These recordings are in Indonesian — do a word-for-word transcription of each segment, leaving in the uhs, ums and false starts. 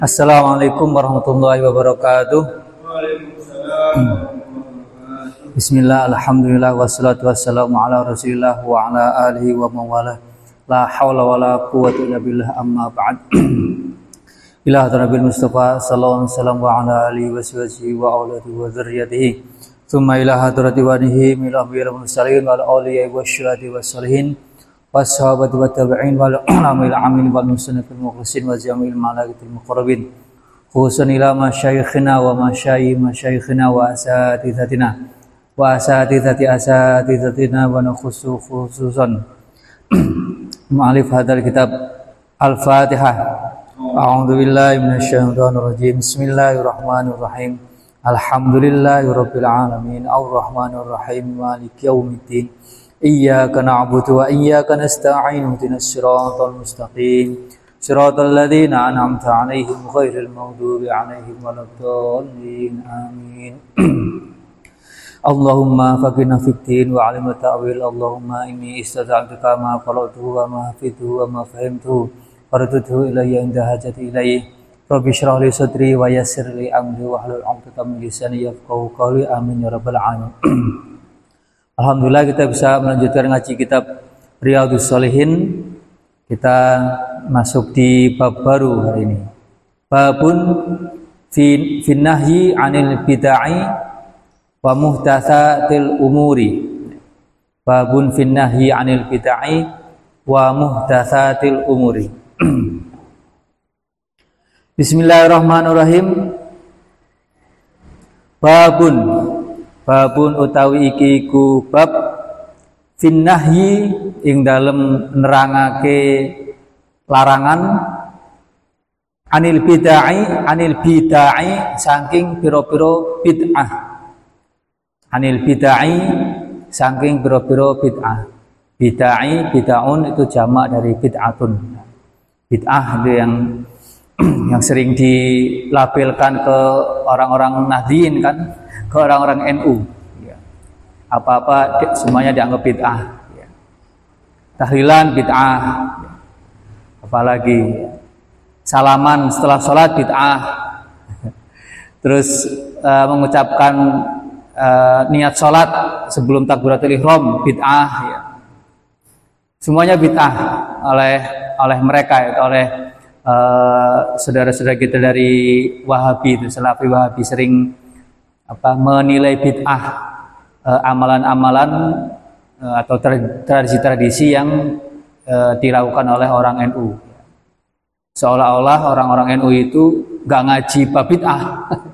Assalamualaikum warahmatullahi wabarakatuh. Bismillah, alhamdulillah, wassalatu wassalamu ala rasulillah wa ala alihi wa mawala. La hawla wa la quwwata illa billah, amma ba'd. Ila hadrabil Mustafa sallallahu alaihi wasallam wa ala alihi wa sahbihi wa auladihi wa dzurriyyatihi. Tsumma ila hadrati wanihi min al-anbiya'i wal mursalin wal awliya'i wasyuhada'i wassalihin. Wassahabati wa tabi'in wal ulama'il amin wal musannifil mukhlisin wa jami'il malaikatil muqarrabin khususan ila masyayikhina wa masyayi masyayikhina wa asatizatina wa asatizati asatizatina wa nakhusu khususan mu'alif hadal kitab Al-Fatihah. A'udzu billahi minasyaitonir rajim. Bismillahirrahmanirrahim. Alhamdulillahi rabbil alamin arrahmanir rahim maliki yaumiddin. Iyyaka na'budu wa iyyaka nasta'in ihdinas siratal mustaqim siratal ladzina an'amta 'alaihim ghairil maghdubi 'alaihim waladdallin amin. Allahumma faqihna fid-din wa 'allimna ta'wil. Allahumma inni istaza'tuka ma qara'tuhu wa ma hafidhuhu wa ma fahimtuhu farudhu ilayya inda hajati ilayhi. Rabbi shrah li sadri wa yassir li amri wa hlul 'uqdatam min lisani yafqahu qawli. Amin ya rabbal alamin. Alhamdulillah kita bisa melanjutkan ngaji kitab Riyadhus Shalihin. Kita masuk di bab baru hari ini. Babun fin nahyi 'anil bid'ah wa muhdatsatil umuri. Babun fin nahyi 'anil bid'ah wa muhdatsatil umuri. Bismillahirrahmanirrahim. Babun Babun utawi iki ku bab finnahyi ing dalem nerangake larangan anil bid'ah anil bid'ah saking pira-pira bid'ah anil bid'ah saking pira-pira bid'ah. Bid'ah bid'aun itu jamak dari bid'atun. Bid'ah itu yang yang sering dilabelkan ke orang-orang Nahdliyin kan, ke orang-orang N U ya. Apa-apa semuanya dianggap bid'ah ya. Tahlilan bid'ah ya. Apalagi ya. Salaman setelah sholat bid'ah. Terus uh, mengucapkan uh, niat sholat sebelum takbiratul ihram bid'ah ya. Semuanya bid'ah oleh oleh mereka ya, oleh uh, saudara-saudara kita dari Wahabi itu, Salafi Wahabi sering apa menilai bid'ah e, amalan-amalan e, atau tradisi-tradisi yang e, dilakukan oleh orang N U. Seolah-olah orang-orang N U itu gak ngaji bab bid'ah.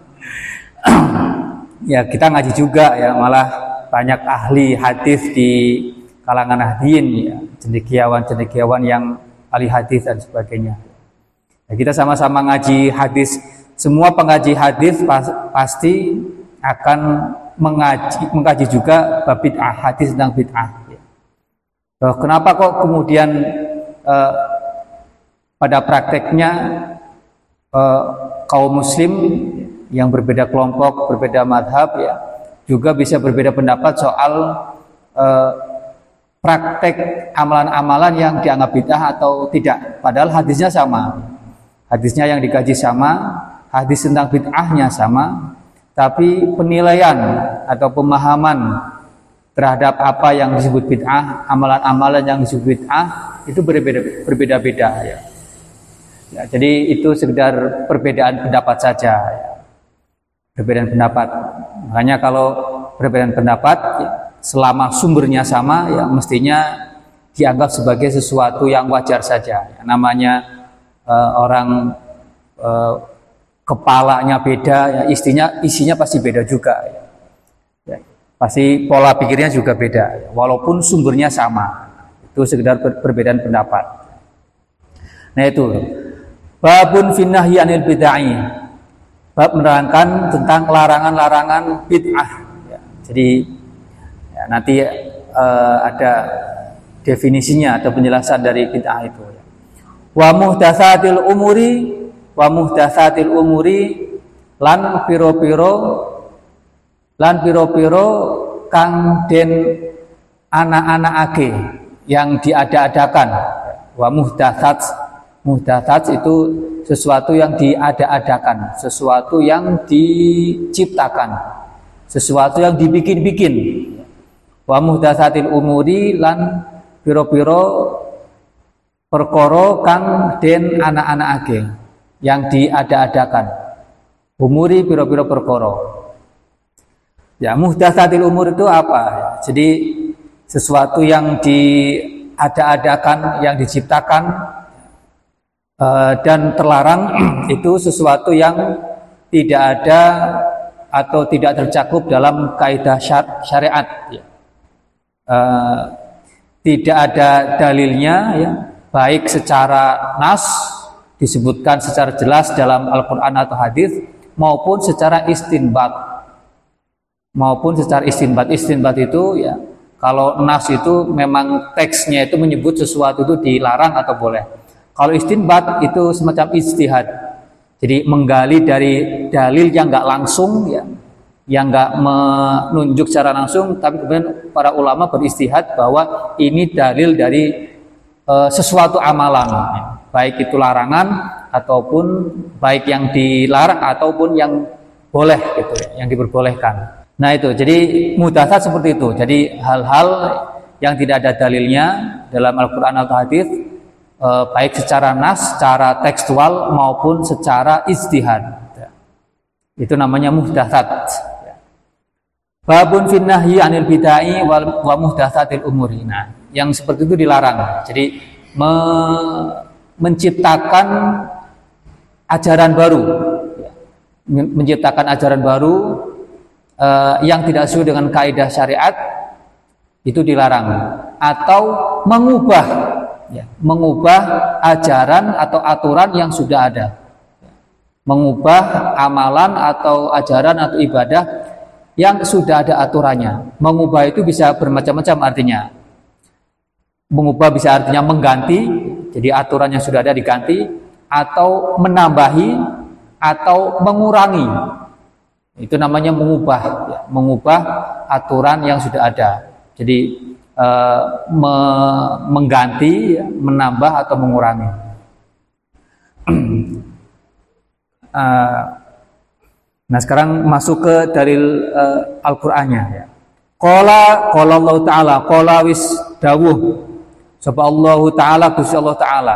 Ya kita ngaji juga ya, malah banyak ahli hadis di kalangan Nahdliyin ya, cendekiawan-cendekiawan yang ahli hadis dan sebagainya. Ya, kita sama-sama ngaji hadis. Semua pengaji hadis pas, pasti akan mengaji, mengkaji juga bab bid'ah, hadis tentang bid'ah. Kenapa kok kemudian eh, pada prakteknya eh, kaum muslim yang berbeda kelompok, berbeda madhab ya, juga bisa berbeda pendapat soal eh, praktek amalan-amalan yang dianggap bid'ah atau tidak. Padahal hadisnya sama, hadisnya yang dikaji sama, hadis tentang bid'ahnya sama, tapi penilaian atau pemahaman terhadap apa yang disebut bid'ah, amalan-amalan yang disebut bid'ah itu berbeda, berbeda-beda ya. Ya, jadi itu sekedar perbedaan pendapat saja ya. Perbedaan pendapat. Makanya kalau perbedaan pendapat ya, selama sumbernya sama ya mestinya dianggap sebagai sesuatu yang wajar saja ya. Namanya uh, orang uh, kepalanya beda, ya, isinya isinya pasti beda juga, ya. Ya, pasti pola pikirnya juga beda, ya, walaupun sumbernya sama. Itu sekedar per perbedaan pendapat. Nah itu babun finnahyi anil bid'ah, bab menerangkan tentang larangan-larangan bid'ah. Ya, jadi ya, nanti uh, ada definisinya atau penjelasan dari bid'ah itu. Ya. Wa muhdatsatil umuri wa muhdatsatil umuri lan piro-piro lan piro-piro kang den anak-anakake yang diada-adakan. Wa muhdatsat muhdatsat itu sesuatu yang diada-adakan, sesuatu yang diciptakan, sesuatu yang dibikin-bikin. Wa muhdatsatil umuri lan piro-piro perkara kang den anak-anakake yang diada-adakan. Umuri piro-piro perkara. Ya, muhdatsatil umur itu apa? Jadi sesuatu yang diada-adakan, yang diciptakan uh, dan terlarang itu sesuatu yang tidak ada atau tidak tercakup dalam kaidah syariat. Ya. Uh, tidak ada dalilnya, ya, baik secara nas disebutkan secara jelas dalam Al-Quran atau hadis maupun secara istinbat. maupun secara istinbat. Istinbat itu ya, kalau nas itu memang teksnya itu menyebut sesuatu itu dilarang atau boleh. Kalau istinbat itu semacam ijtihad. Jadi menggali dari dalil yang enggak langsung ya, yang enggak menunjuk secara langsung, tapi kemudian para ulama beristihad bahwa ini dalil dari e, sesuatu amalan, baik itu larangan ataupun baik yang dilarang ataupun yang boleh gitu ya, yang diperbolehkan. Nah itu, jadi muhdatsat seperti itu. Jadi hal-hal yang tidak ada dalilnya dalam Al-Quran atau hadis, eh, baik secara nas, secara tekstual maupun secara ijtihad. Itu namanya muhdatsat. Babun fin nahyi 'anil bid'ai wa muhdatsatil umuri. Nah, yang seperti itu dilarang. Jadi me menciptakan ajaran baru, menciptakan ajaran baru Uh, yang tidak sesuai dengan kaidah syariat itu dilarang, atau mengubah ya, mengubah ajaran atau aturan yang sudah ada, mengubah amalan atau ajaran atau ibadah yang sudah ada aturannya. Mengubah itu bisa bermacam-macam artinya. Mengubah bisa artinya mengganti, jadi aturan yang sudah ada diganti, atau menambahi atau mengurangi. Itu namanya mengubah, ya, mengubah aturan yang sudah ada. Jadi e, me, mengganti, ya, menambah atau mengurangi. e, nah sekarang masuk ke dalil e, Al-Qur'annya. Ya. Qala qala Allah Ta'ala, qala wis dawuh sapa Allah Ta'ala, Gusti Allah Ta'ala.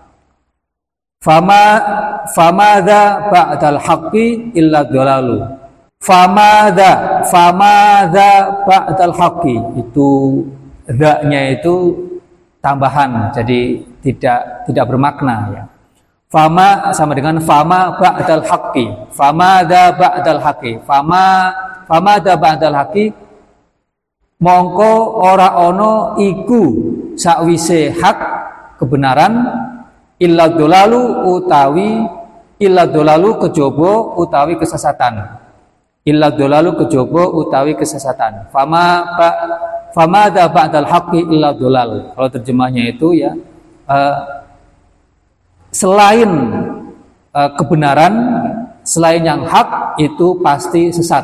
Fama famadza ba'dal haqqi illa dhalalu. Famadza famadza ba'dal haqqi, itu dha-nya itu tambahan, jadi tidak tidak bermakna ya. Fama sama dengan fama ba'dal haqqi. Famadza ba'dal haqqi. Fama famadza ba'dal haqqi, mongko ora ana iku sakwise hak kebenaran, illa dhalalu utawi illa dhalalu kejaba utawi kesesatan. Illa dhalalu kejaba utawi kesesatan. Fama ba fama da ba'dal haqqi illa dhalal. Kalau terjemahnya itu ya uh, selain uh, kebenaran, selain yang hak itu pasti sesat.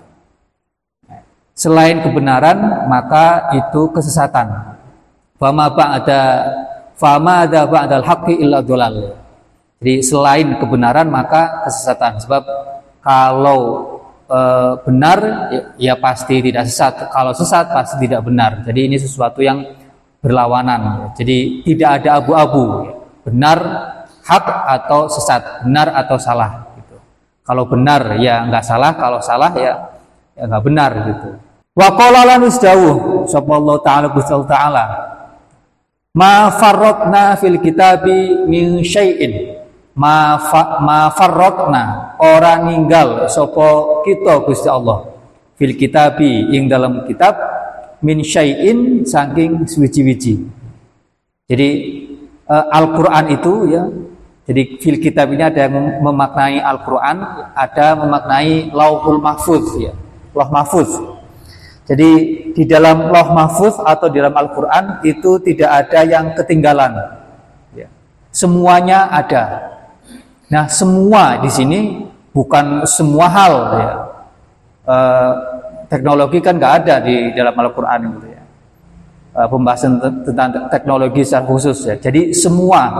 Selain kebenaran maka itu kesesatan. Fama ba'da fama da ba'dal haqqi illa dhalal. Jadi selain kebenaran maka kesesatan. Sebab kalau E, benar ya, ya pasti tidak sesat, kalau sesat pasti tidak benar. Jadi ini sesuatu yang berlawanan ya. Jadi tidak ada abu-abu ya. Benar hak atau sesat, benar atau salah gitu. Kalau benar ya nggak salah, kalau salah ya ya nggak benar gitu. Wa qala lan usdawuh sallallahu ta'ala Gusti ta'ala, ma farratna fil kitabi min syai'in. Ma, fa, ma farrotna, orang ninggal sopo kita Gusti Allah fil kitabi, ing dalam kitab, min syai'in saking suwiji-wiji. Jadi uh, Al-Quran itu ya, jadi fil kitab ini ada yang memaknai Al-Quran, ada memaknai Lauhul Mahfuz ya, Lauh Mahfuz. Jadi di dalam Lauh Mahfuz atau di dalam Al-Quran itu tidak ada yang ketinggalan ya. Semuanya ada. Nah, semua di sini bukan semua hal ya. E, teknologi kan nggak ada di dalam Al-Quran gitu ya. E, pembahasan tentang teknologi secara khusus ya. Jadi semua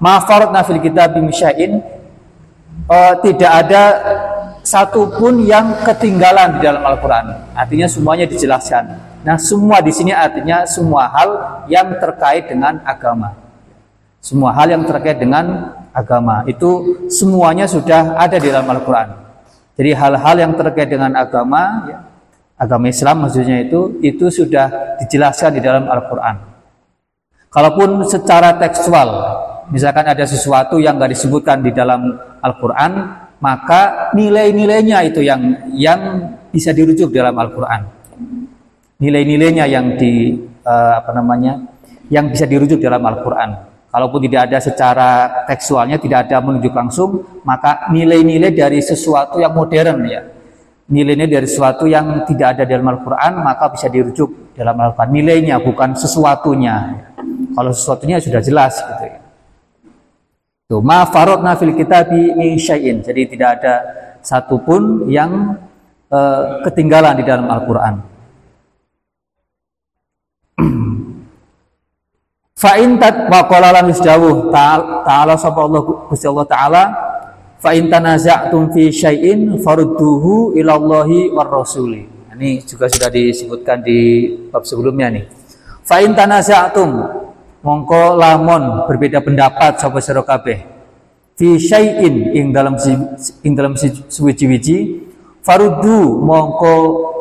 Ma faradna fil kitabi min syai'in, uh, tidak ada satupun yang ketinggalan di dalam Al-Quran. Artinya semuanya dijelaskan. Nah, semua di sini artinya semua hal yang terkait dengan agama. Semua hal yang terkait dengan agama itu semuanya sudah ada di dalam Al-Quran. Jadi hal-hal yang terkait dengan agama, ya, agama Islam maksudnya itu, itu sudah dijelaskan di dalam Al-Quran. Kalaupun secara tekstual, misalkan ada sesuatu yang nggak disebutkan di dalam Al-Quran, maka nilai-nilainya itu yang yang bisa dirujuk dalam Al-Quran. Nilai-nilainya yang di uh, apa namanya, yang bisa dirujuk dalam Al-Quran. Kalaupun tidak ada secara tekstualnya, tidak ada menunjuk langsung, maka nilai-nilai dari sesuatu yang modern, ya, nilainya dari sesuatu yang tidak ada dalam Al-Quran, maka bisa dirujuk dalam Al-Quran. Nilainya bukan sesuatunya. Kalau sesuatunya sudah jelas gitu ya. Tuh, ma faradna fil kitabi min syai'in. Jadi tidak ada satupun yang uh, ketinggalan di dalam Al-Qur'an. Fa in tat wa qala lan isdawuh ta'ala sapa Allah Gusti Allah taala, fa in tanaza'tum fi syai'in farudduhu ila Allahi war rasuli. Ini juga sudah disebutkan di bab sebelumnya nih. Fa in tanaza'tum, mongko lamun berbeda pendapat sapa sira kabeh fi syai'in ing dalam ing dalam suwiji-wiji, faruddu mongko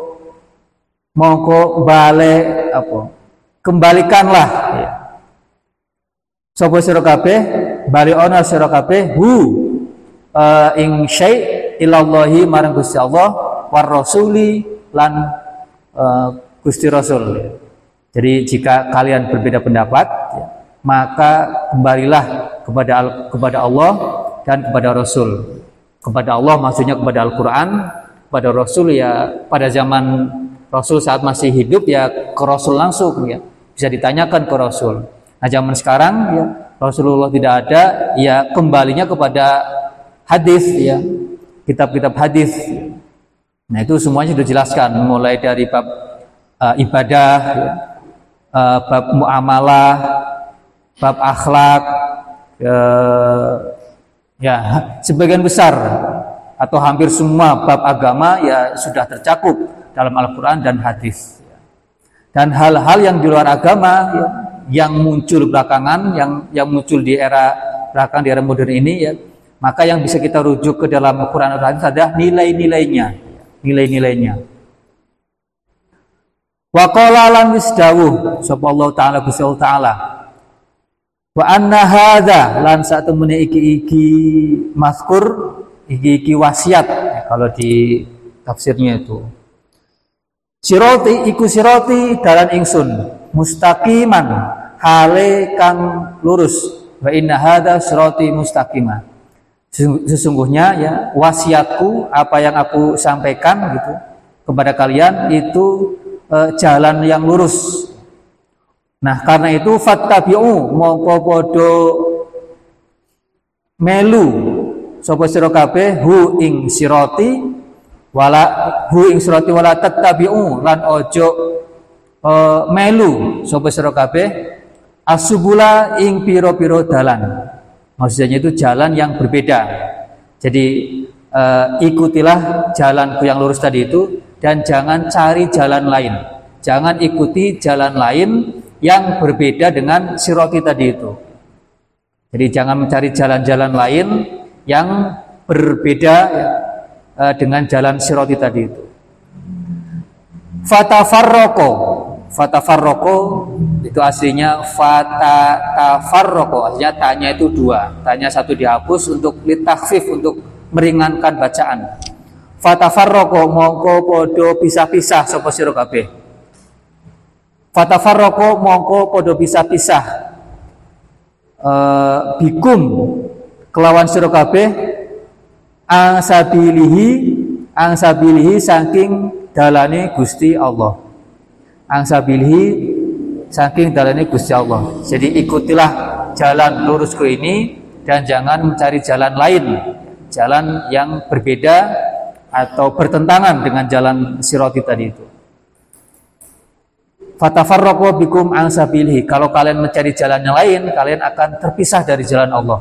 mongko balik apa kembalikanlah ya. Sapa sira kabeh bali ana sira kabeh hu uh, ing syai' ilallahi marang Gusti Allah war rasuli lan uh, Gusti Rasul ya. Jadi jika kalian berbeda pendapat, ya, maka kembalilah kepada kepada Allah dan kepada Rasul. Kepada Allah maksudnya kepada Al-Quran, kepada Rasul ya pada zaman Rasul saat masih hidup ya ke Rasul langsung ya, bisa ditanyakan ke Rasul. Nah zaman sekarang ya Rasulullah tidak ada, ya kembalinya kepada hadis ya, kitab-kitab hadis. Nah itu semuanya sudah dijelaskan mulai dari bab uh, ibadah. Ya, Uh, bab muamalah, bab akhlak, uh, ya sebagian besar atau hampir semua bab agama ya sudah tercakup dalam Al-Quran dan hadis. Dan hal-hal yang di luar agama ya, yang muncul belakangan, yang yang muncul di era belakang di era modern ini ya, maka yang bisa kita rujuk ke dalam Al-Quran dan hadis adalah nilai-nilainya, nilai-nilainya. Wa qala lan wisdawuh sapa Allah taala Gusti Allah taala wa anna hadza lan satemene iki-iki mazkur iki-iki wasiat ya, kalau di tafsirnya itu sirati iku sirati dalan ingsun mustaqiman hale kang lurus wa inna hadza sirati mustaqima. Sesungguhnya ya wasiatku apa yang aku sampaikan gitu kepada kalian itu jalan yang lurus. Nah karena itu fattabi'u mongko podo melu sapa sira kabeh hu ing sirati wala hu ing sirati wala tattabi'u lan ojo uh, melu sapa sira kabeh asubula ing piro-piro dalan. Maksudnya itu jalan yang berbeda. Jadi uh, ikutilah jalanku yang lurus tadi itu dan jangan cari jalan lain. Jangan ikuti jalan lain yang berbeda dengan sirati tadi itu. Jadi jangan mencari jalan-jalan lain yang berbeda ya, dengan jalan sirati tadi itu. Fatafarraqo, fatafarraqo itu aslinya fatatafarraqo. Artinya tanya itu dua. Tanya satu dihapus untuk litakhfif, untuk meringankan bacaan. Fatafarraqo mongko podo pisah-pisah sapa sira kabeh. Fatafarraqo mongko podo pisah-pisah uh, bikum kelawan sira kabeh angsabilihi angsabilihi saking dalane Gusti Allah. Angsabilihi saking dalane Gusti Allah. Jadi ikutilah jalan lurusku ini dan jangan mencari jalan lain, jalan yang berbeda atau bertentangan dengan jalan sirati tadi itu. fatafarraqu bikum an sabilihi. Kalau kalian mencari jalan yang lain, kalian akan terpisah dari jalan Allah.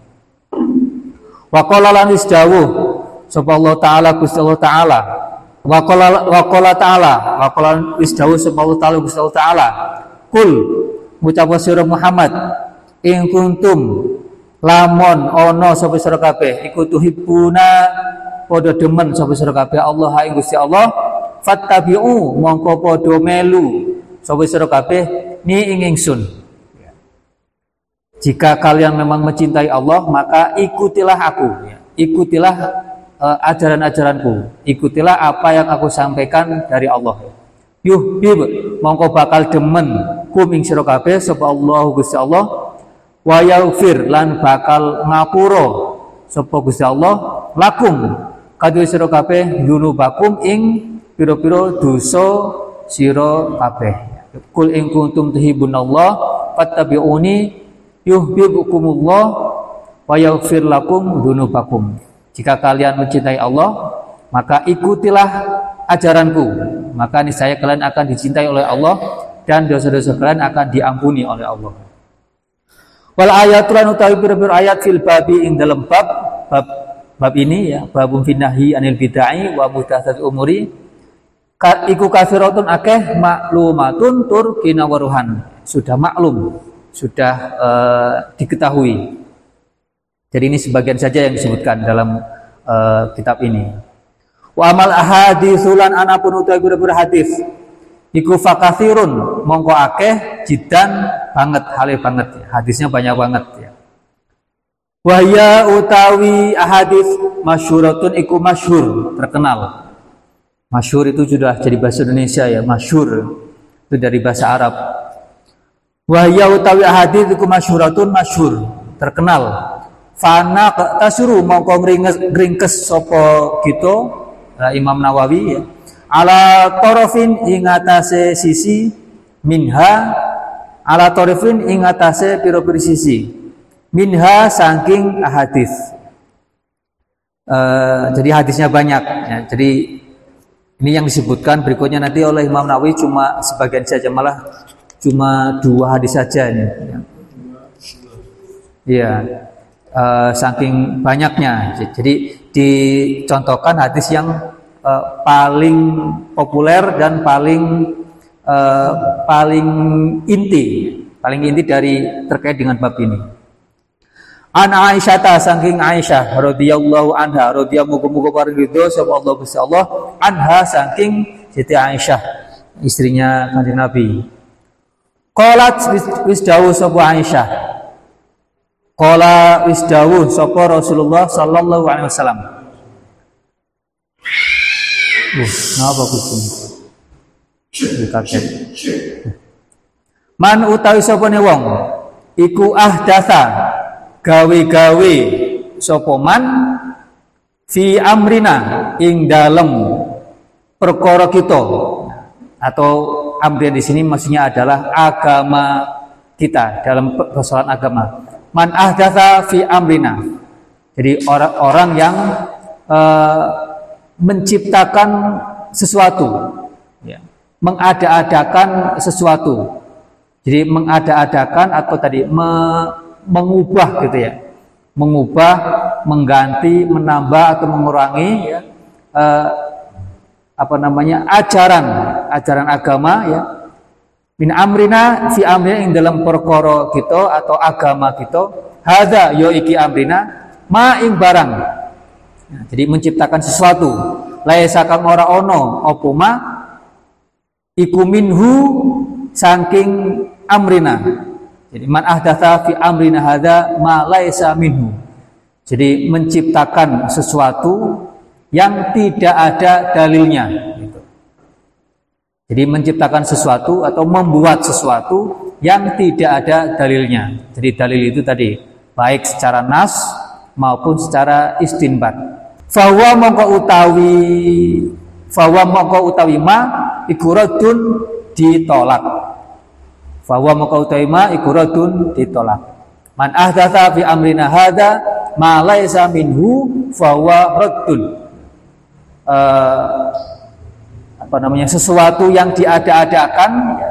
Wa qala lan isdawuh sapa Allah taala Gusti Allah taala. Wa qala wa qala taala, wa qala isdawuh sapa Allah taala Gusti Allah taala. Kul ngucap sira Muhammad, in kuntum lamun ana sapa sira kabeh iku tuhibbuna padha demen sapa sira kabeh Allah ing Gusti Allah, fattabi'u mongko padha melu sapa sira kabeh ni ing ingsun. Jika kalian memang mencintai Allah, maka ikutilah aku, ikutilah uh, ajaran-ajaranku, ikutilah apa yang aku sampaikan dari Allah. Yuhbib mongko bakal demen kum ing sira kabeh sapa Allah Gusti Allah, wa yaghfir lan bakal ngapura sapa Gusti Allah lakum kadhe sira kabeh dunubakum ing pira-pira dosa sira kabeh. Kul in kuntum tuhibbunallah fattabi'uni yuhibbukumullah wa yaghfir lakum dunubakum. Jika kalian mencintai Allah, maka ikutilah ajaranku, maka niscaya kalian akan dicintai oleh Allah dan dosa-dosa kalian akan diampuni oleh Allah. Wal ayatul lan utawi pira-pira ayat fil babi ing dalam bab bab bab ini ya, babun finahi anil bid'ah wa muhdatsatil umuri iku kafiratun akeh maklumatun tur kinawaruhan, sudah maklum, sudah uh, diketahui. Jadi ini sebagian saja yang disebutkan dalam uh, kitab ini. Wa amal ahaditsulan anapun utawi pira-pira hadis iku fakathirun mongko akeh jidan banget, hale banget ya. Hadisnya banyak banget ya. Wahya utawi ahadits masyhuratun iku masyhur, terkenal. Masyhur itu sudah jadi bahasa Indonesia ya, masyhur itu dari bahasa Arab. Wahya utawi ahadits iku masyhuratun masyhur, terkenal. Fana tasuru mongko ngringkes sapa kita Imam Nawawi ya. Ala torofin ing atase sisi minha, ala torofin ing atase pira-pira sisi minha saking hadis. Uh, jadi hadisnya banyak ya. Jadi ini yang disebutkan berikutnya nanti oleh Imam Nawawi cuma sebagian saja, malah cuma dua hadis saja ini ya. Iya, uh, saking banyaknya. Jadi dicontohkan hadis yang uh, paling populer dan paling uh, paling inti, paling inti dari terkait dengan bab ini. An Aisyah ta saking Aisyah radhiyallahu anha, radhiyallahu muga-muga paringidho sapa Allah Gusti Allah, anha saking Siti Aisyah istrinya Kanjeng Nabi. Qalat wis dawuh sapa Aisyah. Qala wis dawuh sapa Rasulullah sallallahu alaihi wasallam. Uh, napa kucing? Dikaget. Man utawi sapane wong iku ahdatsa gawe-gawe sapa man fi amrina ing dalem perkara kita, atau amrin di sini maksudnya adalah agama kita, dalam persoalan agama. Man ahdatsa fi amrina, jadi orang-orang yang uh, menciptakan sesuatu ya, mengada-adakan sesuatu. Jadi mengada-adakan atau tadi me mengubah gitu ya, mengubah, mengganti, menambah atau mengurangi ya, eh, apa namanya ajaran ajaran agama ya, min amrina fi amrina ing dalam perkara kita atau agama kita, hadza yo iki amrina ma ing barang ya, jadi menciptakan sesuatu laisa kang ora ono apa ma iku minhu saking amrina. Jadi man ahdatsa fi amrina hadza ma laisa minhu. Jadi menciptakan sesuatu yang tidak ada dalilnya gitu. Jadi menciptakan sesuatu atau membuat sesuatu yang tidak ada dalilnya. Jadi dalil itu tadi baik secara nas maupun secara istinbat. Fahuwa mongko utawi fahuwa mongko utawi ma ikuradun ditolak. Fahuwa maka utaima ikuradun ditolak. Man ahdatsa fi amrina hadza ma laisa minhu fahuwa raddun. Uh, apa namanya sesuatu yang diada-adakan ya,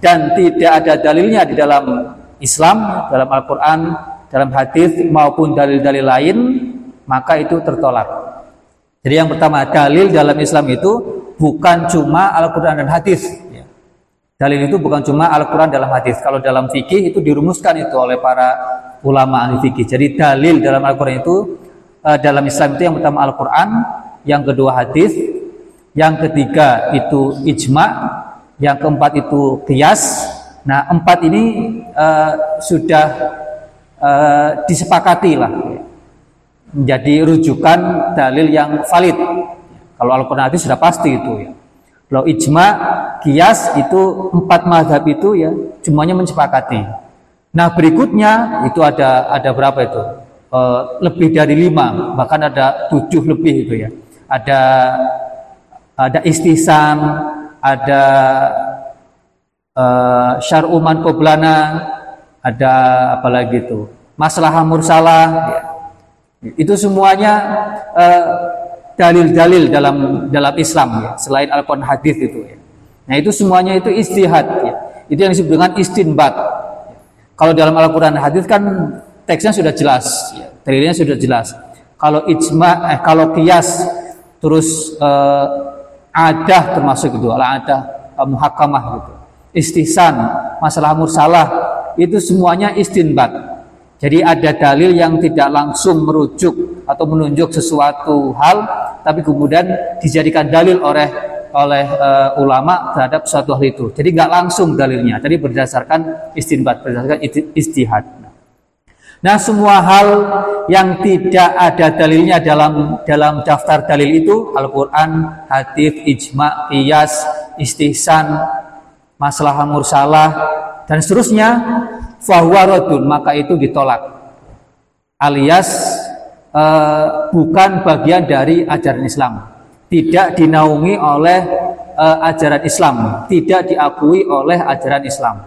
dan tidak ada dalilnya di dalam Islam, dalam Al-Quran, dalam hadis maupun dalil-dalil lain, maka itu tertolak. Jadi yang pertama, dalil dalam Islam itu bukan cuma Al-Quran dan hadis. Dalil itu bukan cuma Al-Quran dalam hadis. Kalau dalam fikih itu dirumuskan itu oleh para ulama ahli fikih. Jadi dalil dalam Al-Quran itu uh, dalam Islam itu yang pertama Al-Quran, yang kedua hadis, yang ketiga itu ijma, yang keempat itu qiyas. Nah, empat ini uh, sudah uh, disepakati lah menjadi rujukan dalil yang valid. Kalau Al-Quran hadis sudah pasti itu ya. Kalau ijma, qiyas itu empat mazhab itu ya semuanya menyepakati. Nah berikutnya itu ada ada berapa itu? E, lebih dari lima, bahkan ada tujuh lebih itu ya. Ada ada istihsan, ada e, syar'u man qoblana, ada apa lagi itu? Maslahah mursalah. Ya. Itu semuanya e, dalil-dalil dalam dalam Islam ya, selain Al-Quran hadis itu ya. Nah itu semuanya itu ijtihad ya. Itu yang disebut dengan istinbat. Kalau dalam Al-Quran hadis kan teksnya sudah jelas ya, dalilnya sudah jelas. Kalau ijma eh kalau qiyas terus eh, adah termasuk itu, adah eh, muhakamah gitu. Istihsan, masalah mursalah itu semuanya istinbat. Jadi ada dalil yang tidak langsung merujuk atau menunjuk sesuatu hal, tapi kemudian dijadikan dalil oleh oleh uh, ulama terhadap suatu hal itu. Jadi nggak langsung dalilnya, tadi berdasarkan istinbat, berdasarkan ijtihad. Nah, semua hal yang tidak ada dalilnya dalam dalam daftar dalil itu, Al-Quran, hadis, ijma, qiyas, istihsan, masalah mursalah dan seterusnya, fahuwa raddun, maka itu ditolak, alias uh, bukan bagian dari ajaran Islam, tidak dinaungi oleh uh, ajaran Islam, tidak diakui oleh ajaran Islam.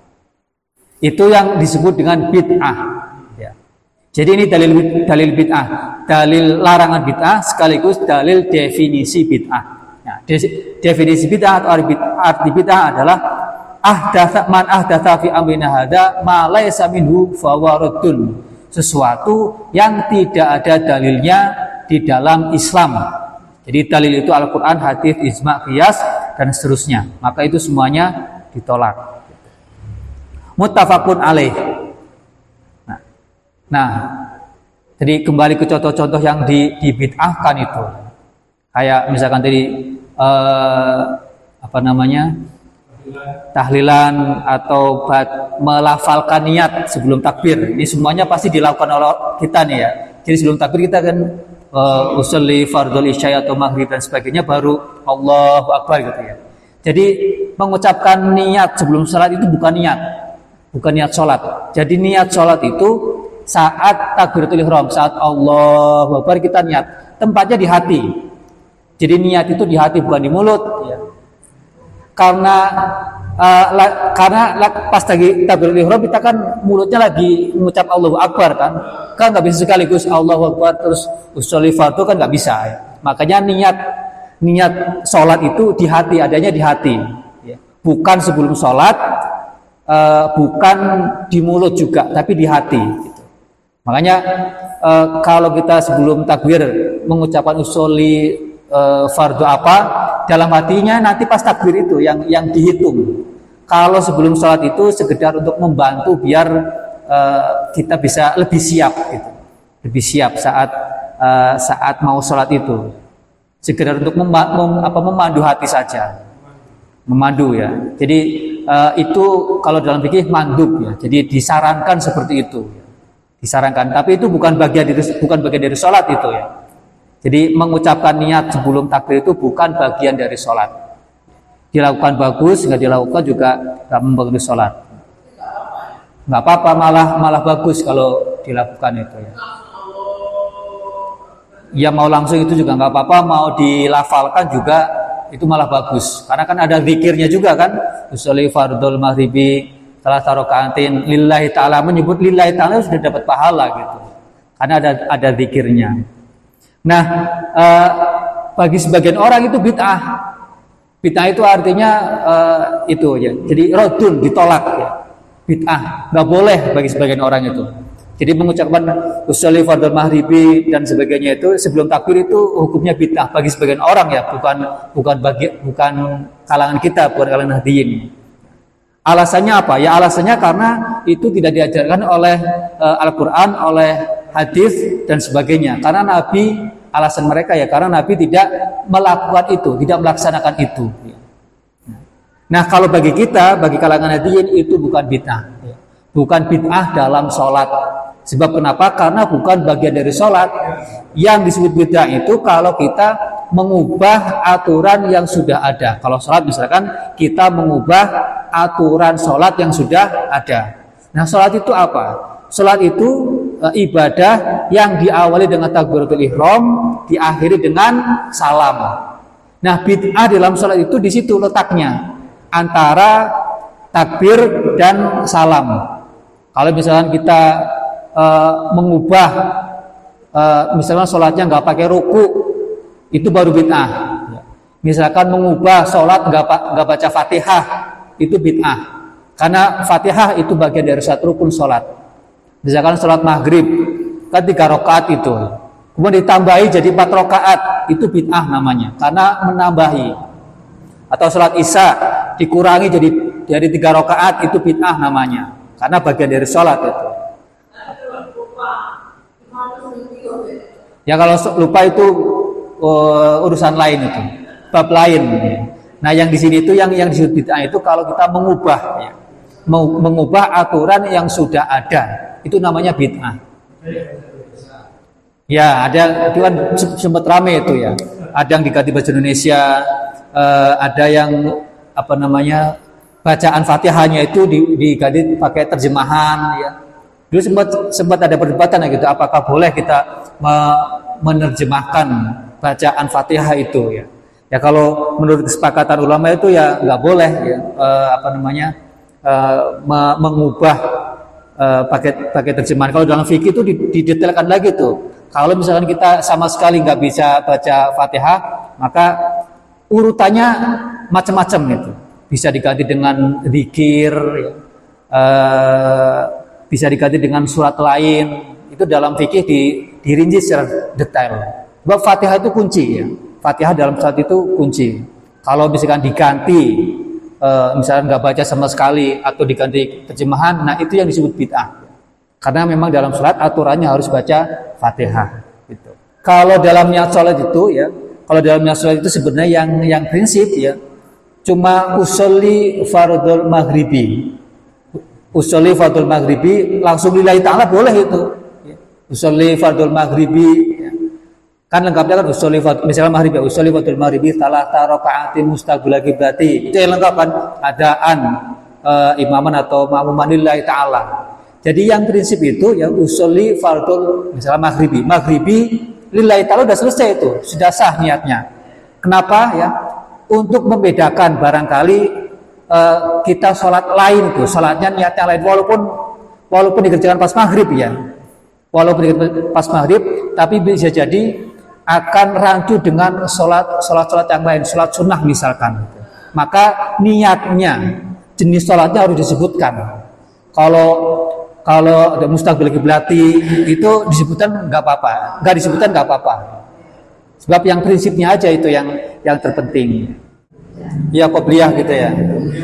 Itu yang disebut dengan bid'ah ya. Jadi ini dalil dalil bid'ah, dalil larangan bid'ah sekaligus dalil definisi bid'ah. Nah, definisi bid'ah atau arti bid'ah adalah ahdatsa man ahdatsa fi amrina hadza ma laysa minhu fa huwa raddun, sesuatu yang tidak ada dalilnya di dalam Islam. Jadi dalil itu Al-Qur'an, hadis, ijma, qiyas dan seterusnya. Maka itu semuanya ditolak. Muttafaqun alaih. Nah, nah, jadi kembali ke contoh-contoh yang di, dibid'ahkan itu. Kayak misalkan tadi eh, apa namanya? tahlilan atau melafalkan niat sebelum takbir. Ini semuanya pasti dilakukan oleh kita nih ya. Jadi sebelum takbir kita kan uh, usolli fardhul isya atau maghrib dan sebagainya, baru Allahu Akbar gitu ya. Jadi mengucapkan niat sebelum sholat itu bukan niat, bukan niat sholat. Jadi niat sholat itu saat takbiratul ihram, saat Allahu Akbar kita niat. Tempatnya di hati. Jadi niat itu di hati, bukan di mulut ya. Karena uh, la, karena la, pas lagi takbiratul ihram kita kan mulutnya lagi mengucap Allahu Akbar kan, kan nggak bisa sekaligus Allahu Akbar terus usolli fardhu, kan nggak bisa ya. Makanya niat niat sholat itu di hati, adanya di hati ya. Bukan sebelum sholat, uh, bukan di mulut juga, tapi di hati gitu. Makanya uh, kalau kita sebelum takbir mengucapkan usolli uh, fardhu apa, dalam hatinya nanti pas takbir itu yang yang dihitung. Kalau sebelum sholat itu sekedar untuk membantu biar uh, kita bisa lebih siap gitu, lebih siap saat uh, saat mau sholat itu. Sekedar untuk mem, mem, apa, memandu hati saja, memandu ya. Jadi uh, itu kalau dalam fikih mandub ya. Jadi disarankan seperti itu, disarankan. Tapi itu bukan bagian dari bukan bagian dari sholat itu ya. Jadi mengucapkan niat sebelum takbir itu bukan bagian dari sholat. Dilakukan bagus, nggak dilakukan juga nggak mempengaruhi sholat. Nggak apa-apa, malah malah bagus kalau dilakukan itu ya. Ya mau langsung itu juga nggak apa-apa, mau dilafalkan juga itu malah bagus. Karena kan ada zikirnya juga kan. Usolli fardhul maghribi salah rakaatin lillahi ta'ala, menyebut lillahi ta'ala sudah dapat pahala gitu. Karena ada ada zikirnya. Nah, eh, bagi sebagian orang itu bid'ah. Bid'ah itu artinya uh, itu ya. Jadi rodun, ditolak ya. Bid'ah nggak boleh bagi sebagian orang itu. Jadi mengucapkan usolli fardhu maghribi dan sebagainya itu sebelum takbir itu hukumnya bid'ah bagi sebagian orang ya, bukan bukan bagi bukan kalangan kita, bukan kalangan Nahdliyin. Alasannya apa? Ya alasannya karena itu tidak diajarkan oleh uh, Al-Qur'an, oleh hadis dan sebagainya. Karena Nabi, alasan mereka ya karena Nabi tidak melakukan itu, tidak melaksanakan itu. Nah, kalau bagi kita, bagi kalangan Nahdliyin itu bukan bid'ah. Bukan bid'ah dalam sholat. Sebab kenapa? Karena bukan bagian dari sholat. Yang disebut bid'ah itu kalau kita mengubah aturan yang sudah ada. Kalau sholat misalkan kita mengubah aturan sholat yang sudah ada. Nah, sholat itu apa? Sholat itu e, ibadah yang diawali dengan takbiratul ihram, diakhiri dengan salam. Nah, bid'ah dalam sholat itu di situ letaknya antara takbir dan salam. Kalau misalkan kita Uh, mengubah uh, misalnya sholatnya nggak pakai ruku, itu baru bid'ah. Misalkan mengubah sholat nggak nggak baca fatihah, itu bid'ah. Karena fatihah itu bagian dari satu rukun sholat. Misalkan sholat maghrib kan tiga rakaat itu, kemudian ditambahi jadi empat rakaat, itu bid'ah namanya, karena menambahi. Atau sholat isya dikurangi jadi dari tiga rakaat, itu bid'ah namanya, karena bagian dari sholat itu. Ya kalau lupa itu uh, urusan lain itu, bab lain. Nah yang di sini itu yang yang disebut bid'ah itu kalau kita mengubah, ya, mengubah aturan yang sudah ada, itu namanya bid'ah. Ya ada itu kan sempat rame itu ya. Ada yang diganti bahasa Indonesia, uh, ada yang apa namanya bacaan Fatihahnya itu diganti pakai terjemahan ya. Dulu sempat sempat ada perdebatan gitu, apakah boleh kita me menerjemahkan bacaan Fatihah itu ya. Ya kalau menurut kesepakatan ulama itu ya nggak boleh ya e, apa namanya e, me mengubah e, pakai pakai terjemahan. Kalau dalam fikih itu didetailkan lagi tuh. Kalau misalkan kita sama sekali nggak bisa baca Fatihah, maka urutannya macam-macam gitu. Bisa diganti dengan zikir ya. E, bisa diganti dengan surat lain, itu dalam fikih di, dirinci secara detail. Sebab Fatihah itu kunci ya. Fatihah dalam salat itu kunci. Kalau misalkan diganti, e, misalkan nggak baca sama sekali atau diganti terjemahan, nah itu yang disebut bid'ah. Karena memang dalam salat aturannya harus baca Fatihah. Gitu. Kalau dalam niat salat itu ya, kalau dalam niat salat itu sebenarnya yang yang prinsip ya, cuma usolli fardhul maghribi. Usolli fardhul maghribi langsung lillahi ta'ala boleh itu. Usolli fardhul maghribi ya. Kan lengkapnya kan usolli fardhul misalnya maghribi, usolli fardhul maghribi salata raka'atin mustaqbilal qiblati. Itu yang lengkap kan adaan e, imaman atau ma'muman lillahi ta'ala. Jadi yang prinsip itu ya usolli fardhul misalnya maghribi, maghribi lillahi ta'ala sudah selesai itu, sudah sah niatnya. Kenapa ya? Untuk membedakan barangkali Uh, kita sholat lain tuh, sholatnya niatnya lain walaupun walaupun dikerjakan pas maghrib ya, walaupun dikerjakan pas maghrib, tapi bisa jadi akan rancu dengan sholat sholat sholat yang lain, sholat sunnah misalkan. Maka niatnya, jenis sholatnya harus disebutkan. Kalau kalau ada mustaqbil qiblati itu disebutkan nggak apa-apa, nggak disebutkan nggak apa-apa. Sebab yang prinsipnya aja itu yang yang terpenting. Ya qobliyah gitu ya.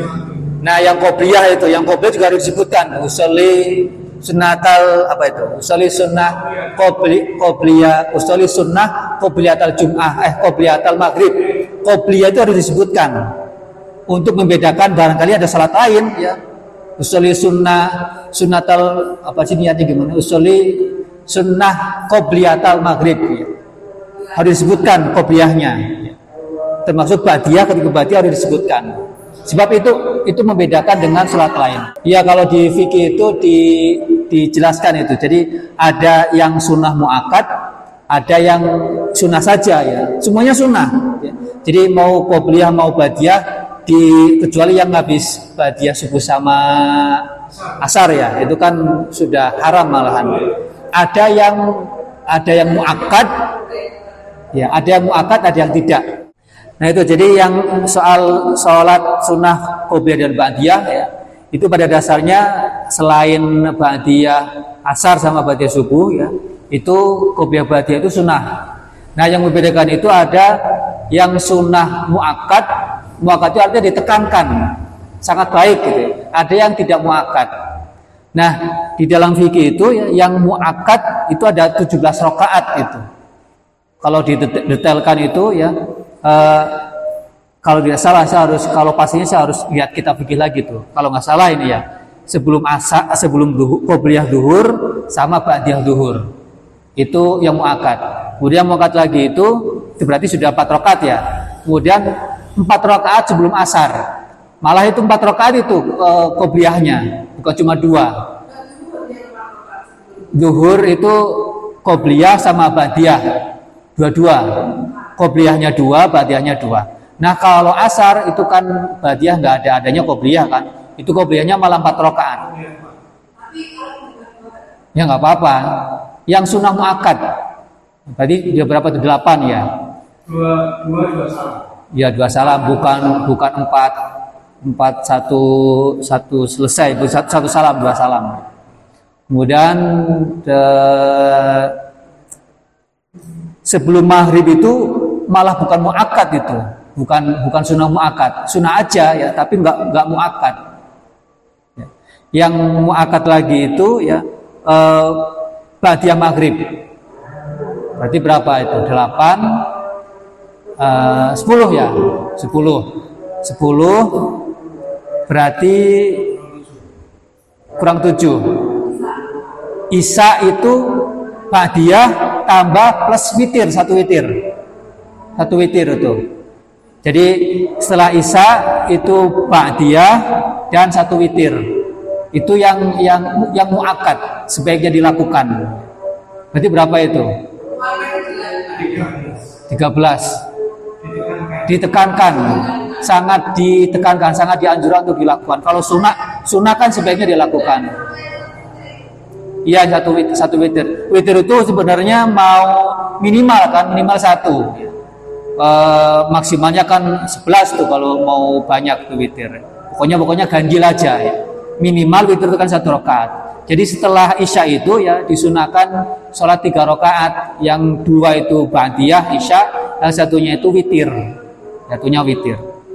Nah yang qobliyah itu, yang qobliyah juga harus disebutkan. Usolli sunnatal apa itu? Usolli sunnah qobli qobliyah, usolli sunnah qobliyatal jum'ah, eh qobliyatal maghrib. Qobliyah itu harus disebutkan untuk membedakan barangkali ada salat lain ya. Usolli sunnah sunnatal apa sih niatnya gimana? Usolli sunnah qobliyatal maghrib ya. Harus disebutkan qobliyahnya. Ya. Termasuk badiah, ketika badiah harus disebutkan. Sebab itu itu membedakan dengan salat lain. Ya kalau di fikih itu di, dijelaskan itu. Jadi ada yang sunnah muakkad, ada yang sunnah saja ya. Semuanya sunnah. Ya. Jadi mau qobliyah mau badiah, di kecuali yang habis badiah subuh sama asar ya, itu kan sudah haram malahan. Ada yang ada yang muakkad, ya ada yang muakkad, ada yang tidak. Nah itu jadi yang soal sholat sunnah qobliyah dan ba'diyah ya, itu pada dasarnya selain ba'diyah asar sama ba'diyah subuh ya, itu qobliyah ba'diyah itu sunnah. Nah yang membedakan itu ada yang sunnah muakkad, muakkad itu artinya ditekankan, sangat baik gitu. Ada yang tidak muakkad. Nah di dalam fikih itu ya, yang muakkad itu ada tujuh belas rakaat itu. Kalau didetailkan itu ya. Uh, kalau tidak salah saya harus, kalau pastinya saya harus lihat kitab fikih lagi tuh. Kalau nggak salah ini ya, sebelum asa, sebelum duhur, qobliyah duhur sama ba'diyah duhur itu yang muakkad. Kemudian muakkad lagi itu, itu berarti sudah empat rakaat ya. Kemudian empat rakaat sebelum asar. Malah itu empat rakaat itu uh, qobliyahnya, bukan cuma dua. Duhur itu qobliyah sama ba'diyah, dua-dua. Qobliyahnya dua, ba'diyahnya dua. Nah kalau asar itu kan ba'diyah nggak ada adanya qobliyah kan, itu qobliyahnya malah empat rakaat. Ya nggak apa-apa. Yang sunnah muakkad, tadi dia berapa tuh? Delapan ya. Dua, dua, dua salam. Ya dua salam, bukan bukan empat, empat satu satu selesai, satu, satu salam dua salam. Kemudian de, sebelum maghrib itu malah bukan muakkad itu, bukan bukan sunnah muakkad, sunnah aja ya, tapi nggak nggak muakkad. Ya. Yang muakkad lagi itu ya eh, ba'diyah maghrib. Berarti berapa itu? Delapan, eh, sepuluh ya, sepuluh, sepuluh berarti kurang tujuh. Isya itu ba'diyah tambah plus witir, satu witir. Satu witir itu. Jadi setelah isya itu ba'diyah dan satu witir. Itu yang yang yang muakkad sebaiknya dilakukan. Berarti berapa itu? tiga belas. Ditekankan, sangat ditekankan, sangat dianjurkan untuk dilakukan. Kalau sunnah, sunnah kan sebaiknya dilakukan. Iya satu witir, satu witir. Witir itu sebenarnya mau minimal kan, minimal satu. E, maksimalnya kan sebelas tuh kalau mau banyak tuh witir. Pokoknya pokoknya ganjil aja ya. Minimal witir itu kan satu rakaat. Jadi setelah isya itu ya disunahkan sholat tiga rakaat. Yang dua itu ba'diyah isya, yang satunya itu witir. Satunya witir.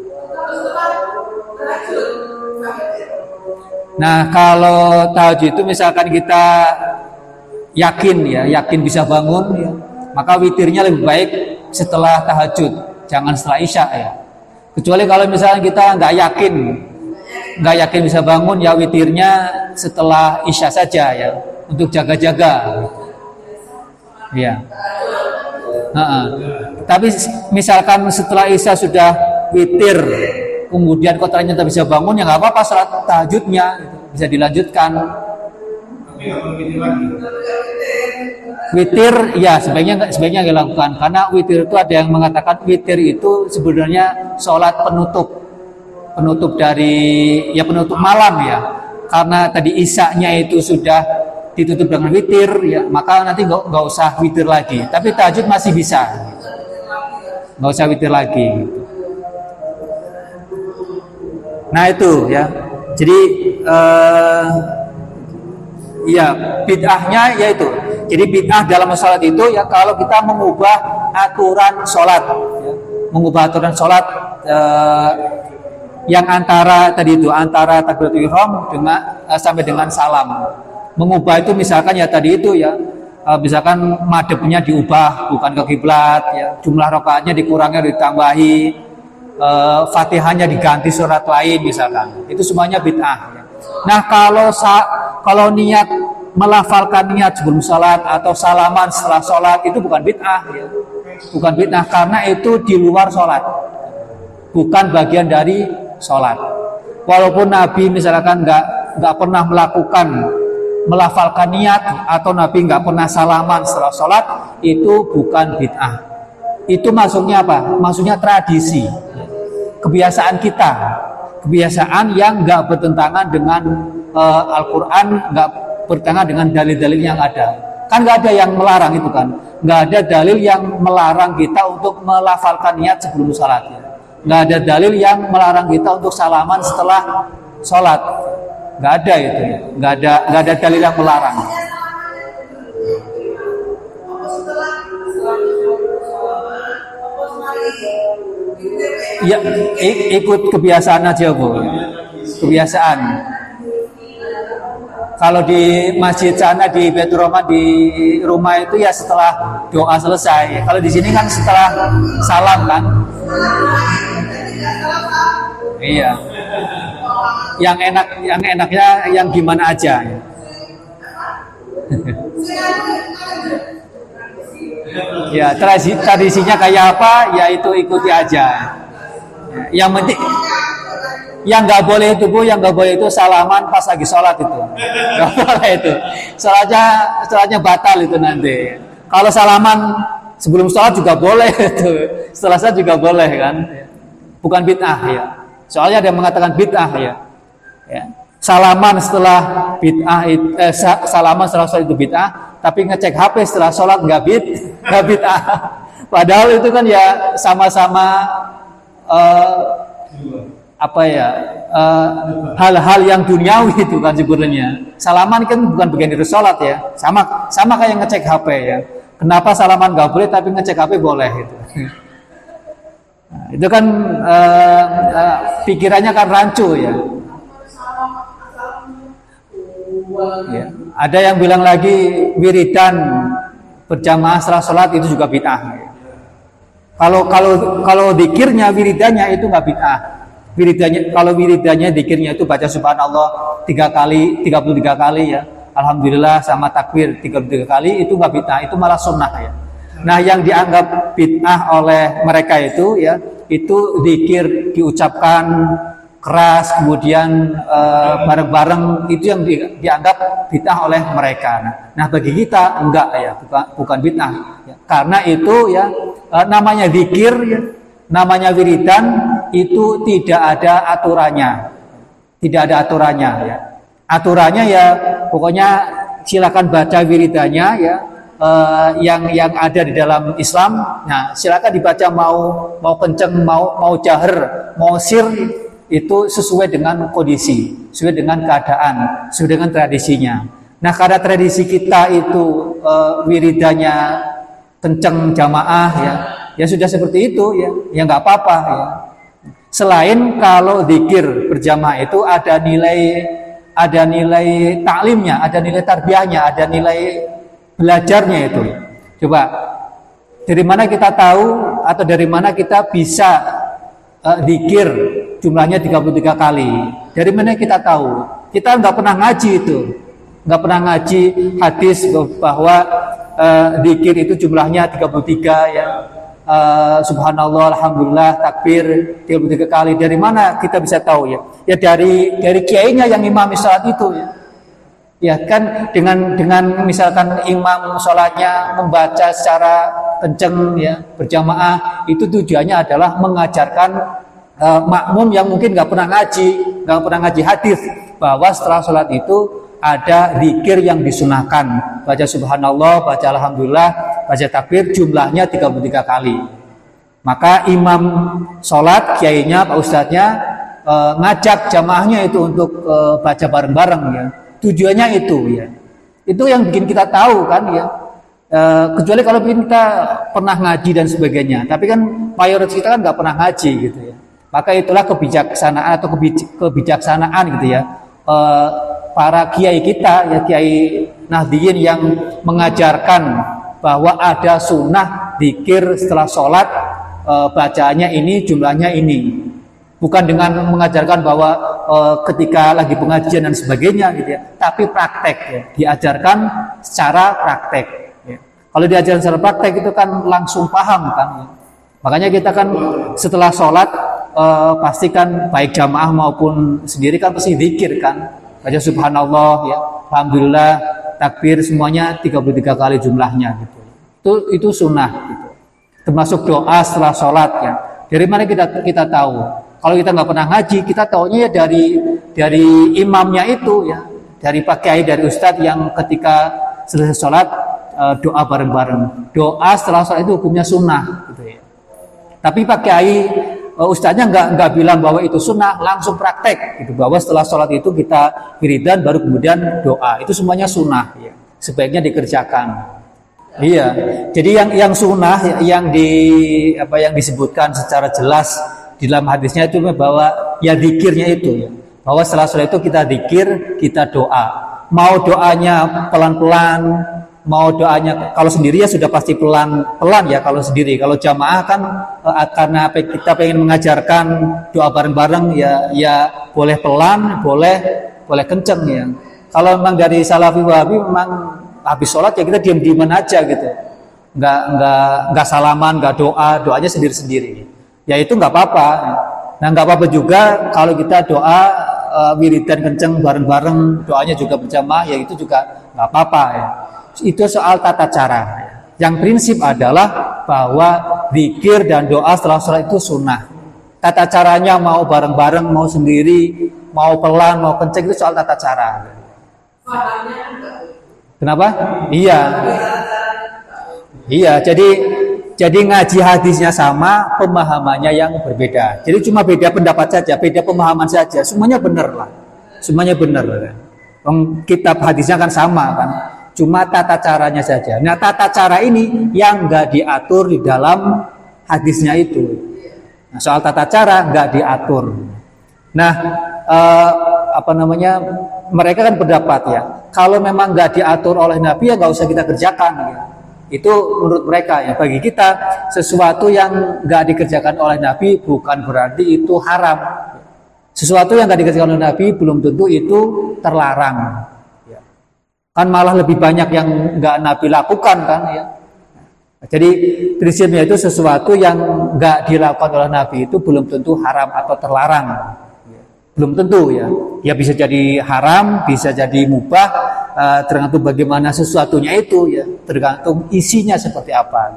Nah kalau tahajud itu misalkan kita yakin ya, yakin bisa bangun ya, maka witirnya lebih baik setelah tahajud, jangan setelah isya ya. Kecuali kalau misalnya kita nggak yakin, nggak yakin bisa bangun ya witirnya setelah isya saja ya, untuk jaga-jaga. Ya. Nah, tapi misalkan setelah isya sudah witir, kemudian kok ternyata bisa bangun ya nggak apa-apa, salat tahajudnya bisa dilanjutkan. Witir ya sebaiknya sebaiknya dilakukan, karena witir itu ada yang mengatakan witir itu sebenarnya sholat penutup penutup dari ya penutup malam ya, karena tadi isya-nya itu sudah ditutup dengan witir ya, maka nanti nggak nggak usah witir lagi, tapi tahajud masih bisa, nggak usah witir lagi. Nah itu ya, jadi uh, ya bid'ahnya yaitu, jadi bid'ah dalam sholat itu ya kalau kita mengubah aturan sholat, ya, mengubah aturan sholat uh, yang antara tadi itu antara takbiratul ihram dengan uh, sampai dengan salam, mengubah itu misalkan ya tadi itu ya, uh, misalkan madhabnya diubah bukan ke kiblat, ya, jumlah rakaatnya dikurangi atau ditambahi, uh, fatihahnya diganti surat lain misalkan, itu semuanya bid'ah. Ya. Nah kalau sa- kalau niat melafalkan niat sebelum salat atau salaman setelah salat itu bukan bid'ah ya. Bukan bid'ah karena itu di luar salat. Bukan bagian dari salat. Walaupun Nabi misalkan enggak enggak pernah melakukan melafalkan niat atau Nabi enggak pernah salaman setelah salat, itu bukan bid'ah. Itu maksudnya apa? Maksudnya tradisi. Kebiasaan kita. Kebiasaan yang enggak bertentangan dengan uh, Al-Quran, enggak bertentangan dengan dalil-dalil yang ada. Kan nggak ada yang melarang itu kan. nggak ada dalil yang melarang kita untuk melafalkan niat sebelum sholat. Ya. Nggak ada dalil yang melarang kita untuk salaman setelah sholat. Nggak ada itu. Ya. Nggak ada nggak ada dalil yang melarang. Ya, ikut kebiasaan aja Bu. Kebiasaan. Kalau di masjid sana di Baitur Rahman di rumah itu ya setelah doa selesai. Kalau di sini kan setelah salam kan. Iya. Yang enak, yang enaknya yang gimana aja. Ya tradisi, tradisinya kayak apa ya itu ikuti aja. Yang penting yang nggak boleh itu Bu, yang nggak boleh itu salaman pas lagi sholat itu, nggak boleh itu. Sholatnya sholatnya batal itu nanti. Kalau salaman sebelum sholat juga boleh itu, setelah sholat juga boleh kan, bukan bid'ah ya. Soalnya ada yang mengatakan bid'ah ya. ya. Salaman setelah bid'ah eh, salaman setelah sholat itu bid'ah, tapi ngecek H P setelah sholat nggak bid, nggak bid'ah. Padahal itu kan ya sama-sama uh, apa ya uh, hal-hal yang duniawi itu kan sebenarnya. Salaman kan bukan bagian dari sholat ya, sama sama kayak ngecek H P ya. Kenapa salaman nggak boleh tapi ngecek H P boleh itu? Nah, itu kan uh, uh, pikirannya kan rancu ya. Ya. Ada yang bilang lagi wiridan berjamaah setelah sholat itu juga bid'ah. Kalau kalau kalau zikirnya wiridannya itu nggak bid'ah. Wiridannya kalau wiridannya zikirnya itu baca subhanallah tiga kali, tiga puluh tiga kali ya. Alhamdulillah sama takbir tiga puluh tiga kali itu nggak bid'ah, itu malah sunnah ya. Nah, yang dianggap bid'ah oleh mereka itu ya, itu zikir diucapkan keras kemudian uh, bareng-bareng itu yang di, dianggap bid'ah oleh mereka. Nah, nah bagi kita enggak ya, bukan bukan bid'ah. Ya. Karena itu ya uh, namanya zikir ya, namanya wiridan itu tidak ada aturannya. Tidak ada aturannya ya. Aturannya ya pokoknya silakan baca wiridannya ya uh, yang yang ada di dalam Islam. Nah, silakan dibaca mau mau kenceng, mau mau jahar, mau sir itu sesuai dengan kondisi, sesuai dengan keadaan, sesuai dengan tradisinya. Nah, karena tradisi kita itu uh, wiridanya kenceng jamaah ya, ya sudah seperti itu ya, ya nggak apa-apa ya. Selain kalau zikir berjamaah itu ada nilai, ada nilai taklimnya, ada nilai tarbiyahnya, ada nilai belajarnya itu. Coba dari mana kita tahu atau dari mana kita bisa uh, zikir jumlahnya tiga puluh tiga kali. Dari mana kita tahu? Kita nggak pernah ngaji itu. Nggak pernah ngaji hadis bahwa uh, zikir itu jumlahnya tiga puluh tiga ya. Uh, subhanallah, alhamdulillah, takbir tiga puluh tiga kali. Dari mana kita bisa tahu ya? Ya dari dari kiainya yang imam salat itu ya. Ya kan dengan dengan misalkan imam sholatnya membaca secara kenceng ya berjamaah, itu tujuannya adalah mengajarkan Uh, makmum yang mungkin nggak pernah ngaji, nggak pernah ngaji hadis, bahwa setelah sholat itu ada zikir yang disunahkan, baca subhanallah, baca alhamdulillah, baca takbir, jumlahnya tiga puluh tiga kali. Maka imam sholat, kiainya, pak ustadznya uh, ngajak jamaahnya itu untuk uh, baca bareng-bareng ya. Tujuannya itu ya. Itu yang bikin kita tahu kan ya. Uh, kecuali kalau bikin kita pernah ngaji dan sebagainya. Tapi kan mayoritas kita kan nggak pernah ngaji gitu ya. Maka itulah kebijaksanaan atau kebijaksanaan gitu ya e, para kiai kita ya, kiai Nahdliyin yang mengajarkan bahwa ada sunnah zikir setelah sholat e, bacaannya ini jumlahnya ini, bukan dengan mengajarkan bahwa e, ketika lagi pengajian dan sebagainya gitu ya, tapi praktek ya, diajarkan secara praktek ya. Kalau diajarkan secara praktek itu kan langsung paham kan ya. Makanya kita kan setelah sholat uh, pastikan baik jamaah maupun sendiri kan pasti zikir kan, baca subhanallah ya, alhamdulillah, takbir semuanya tiga puluh tiga kali jumlahnya gitu. Itu itu sunnah gitu. Termasuk doa setelah sholat ya. Dari mana kita kita tahu? Kalau kita nggak pernah ngaji, kita taunya ya dari dari imamnya itu ya, dari pak kiai, dari ustadz yang ketika selesai sholat uh, doa bareng-bareng. Doa setelah sholat itu hukumnya sunnah, gitu ya. Tapi Pak Kiai, uh, ustadznya nggak nggak bilang bahwa itu sunnah, langsung praktek, gitu. Bahwa setelah sholat itu kita wiridan, baru kemudian doa. Itu semuanya sunnah, ya. Sebaiknya dikerjakan. Iya. Jadi yang yang sunnah, yang di apa yang disebutkan secara jelas di dalam hadisnya itu bahwa ya zikirnya itu, ya. Bahwa setelah sholat itu kita zikir, kita doa. Mau doanya pelan-pelan, mau doanya kalau sendiri ya sudah pasti pelan-pelan ya kalau sendiri. Kalau jamaah kan eh, karena kita pengen mengajarkan doa bareng-bareng ya ya boleh pelan, boleh boleh kenceng ya. Kalau memang dari Salafi Wahabi memang habis sholat ya kita diam-diaman aja gitu. Nggak nggak nggak salaman, nggak doa, doanya sendiri-sendiri. Ya itu nggak apa-apa. Nah nggak apa-apa juga kalau kita doa Uh, wiridan kenceng bareng-bareng, doanya juga berjamaah, ya itu juga nggak apa-apa ya. Itu soal tata cara. Yang prinsip adalah bahwa zikir dan doa setelah sholat itu sunnah. Tata caranya mau bareng-bareng, mau sendiri, mau pelan, mau kenceng, itu soal tata cara. Kenapa? Iya. Iya, jadi Jadi ngaji hadisnya sama, pemahamannya yang berbeda. Jadi cuma beda pendapat saja, beda pemahaman saja. Semuanya benar lah, semuanya benar. Kitab hadisnya kan sama kan, cuma tata caranya saja. Nah tata cara ini yang nggak diatur di dalam hadisnya itu. Nah, soal tata cara nggak diatur. Nah eh, apa namanya? Mereka kan pendapat ya, kalau memang nggak diatur oleh Nabi ya nggak usah kita kerjakan. Ya. Itu menurut mereka ya. Bagi kita sesuatu yang nggak dikerjakan oleh Nabi bukan berarti itu haram. Sesuatu yang nggak dikerjakan oleh Nabi belum tentu itu terlarang. Kan malah lebih banyak yang nggak Nabi lakukan kan ya. Jadi prinsipnya itu sesuatu yang nggak dilakukan oleh Nabi itu belum tentu haram atau terlarang. Belum tentu ya. Ya bisa jadi haram, bisa jadi mubah. Uh, tergantung bagaimana sesuatunya itu ya, tergantung isinya seperti apa.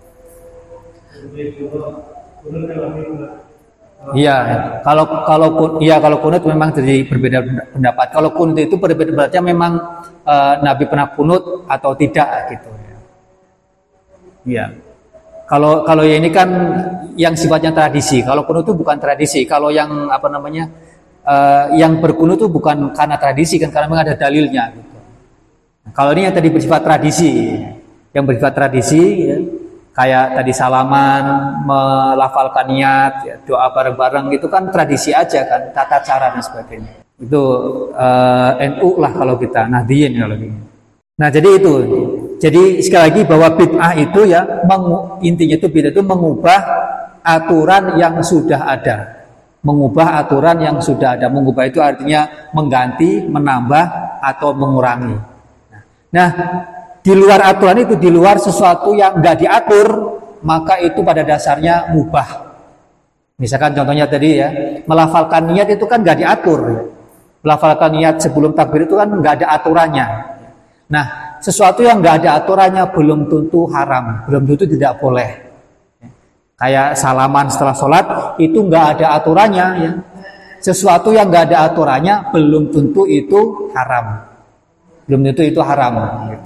Iya, kalau kalau iya kalau kunut memang jadi berbeda pendapat. Kalau kunut itu berbeda pendapatnya memang uh, Nabi pernah kunut atau tidak gitu. Iya. Kalau kalau ya ini kan yang sifatnya tradisi. Kalau kunut itu bukan tradisi. Kalau yang apa namanya uh, yang berkunut itu bukan karena tradisi kan, karena memang ada dalilnya. Gitu. Kalau ini yang tadi bersifat tradisi, yang bersifat tradisi, ya, kayak tadi salaman, melafalkan niat, ya, doa bareng-bareng, itu kan tradisi aja kan, tata cara dan sebagainya. Itu uh, N U lah kalau kita, Nahdliyin kalau gitu. Nah jadi itu, jadi sekali lagi bahwa bid'ah itu ya, mengu, intinya itu bid'ah itu mengubah aturan yang sudah ada, mengubah aturan yang sudah ada, mengubah itu artinya mengganti, menambah atau mengurangi. Nah, di luar aturan itu, di luar sesuatu yang nggak diatur, maka itu pada dasarnya mubah. Misalkan contohnya tadi ya, melafalkan niat itu kan nggak diatur. Melafalkan niat sebelum takbir itu kan nggak ada aturannya. Nah, sesuatu yang nggak ada aturannya belum tentu haram, belum tentu tidak boleh. Kayak salaman setelah sholat itu nggak ada aturannya. Ya. Sesuatu yang nggak ada aturannya belum tentu itu haram. Belum tentu itu haram gitu.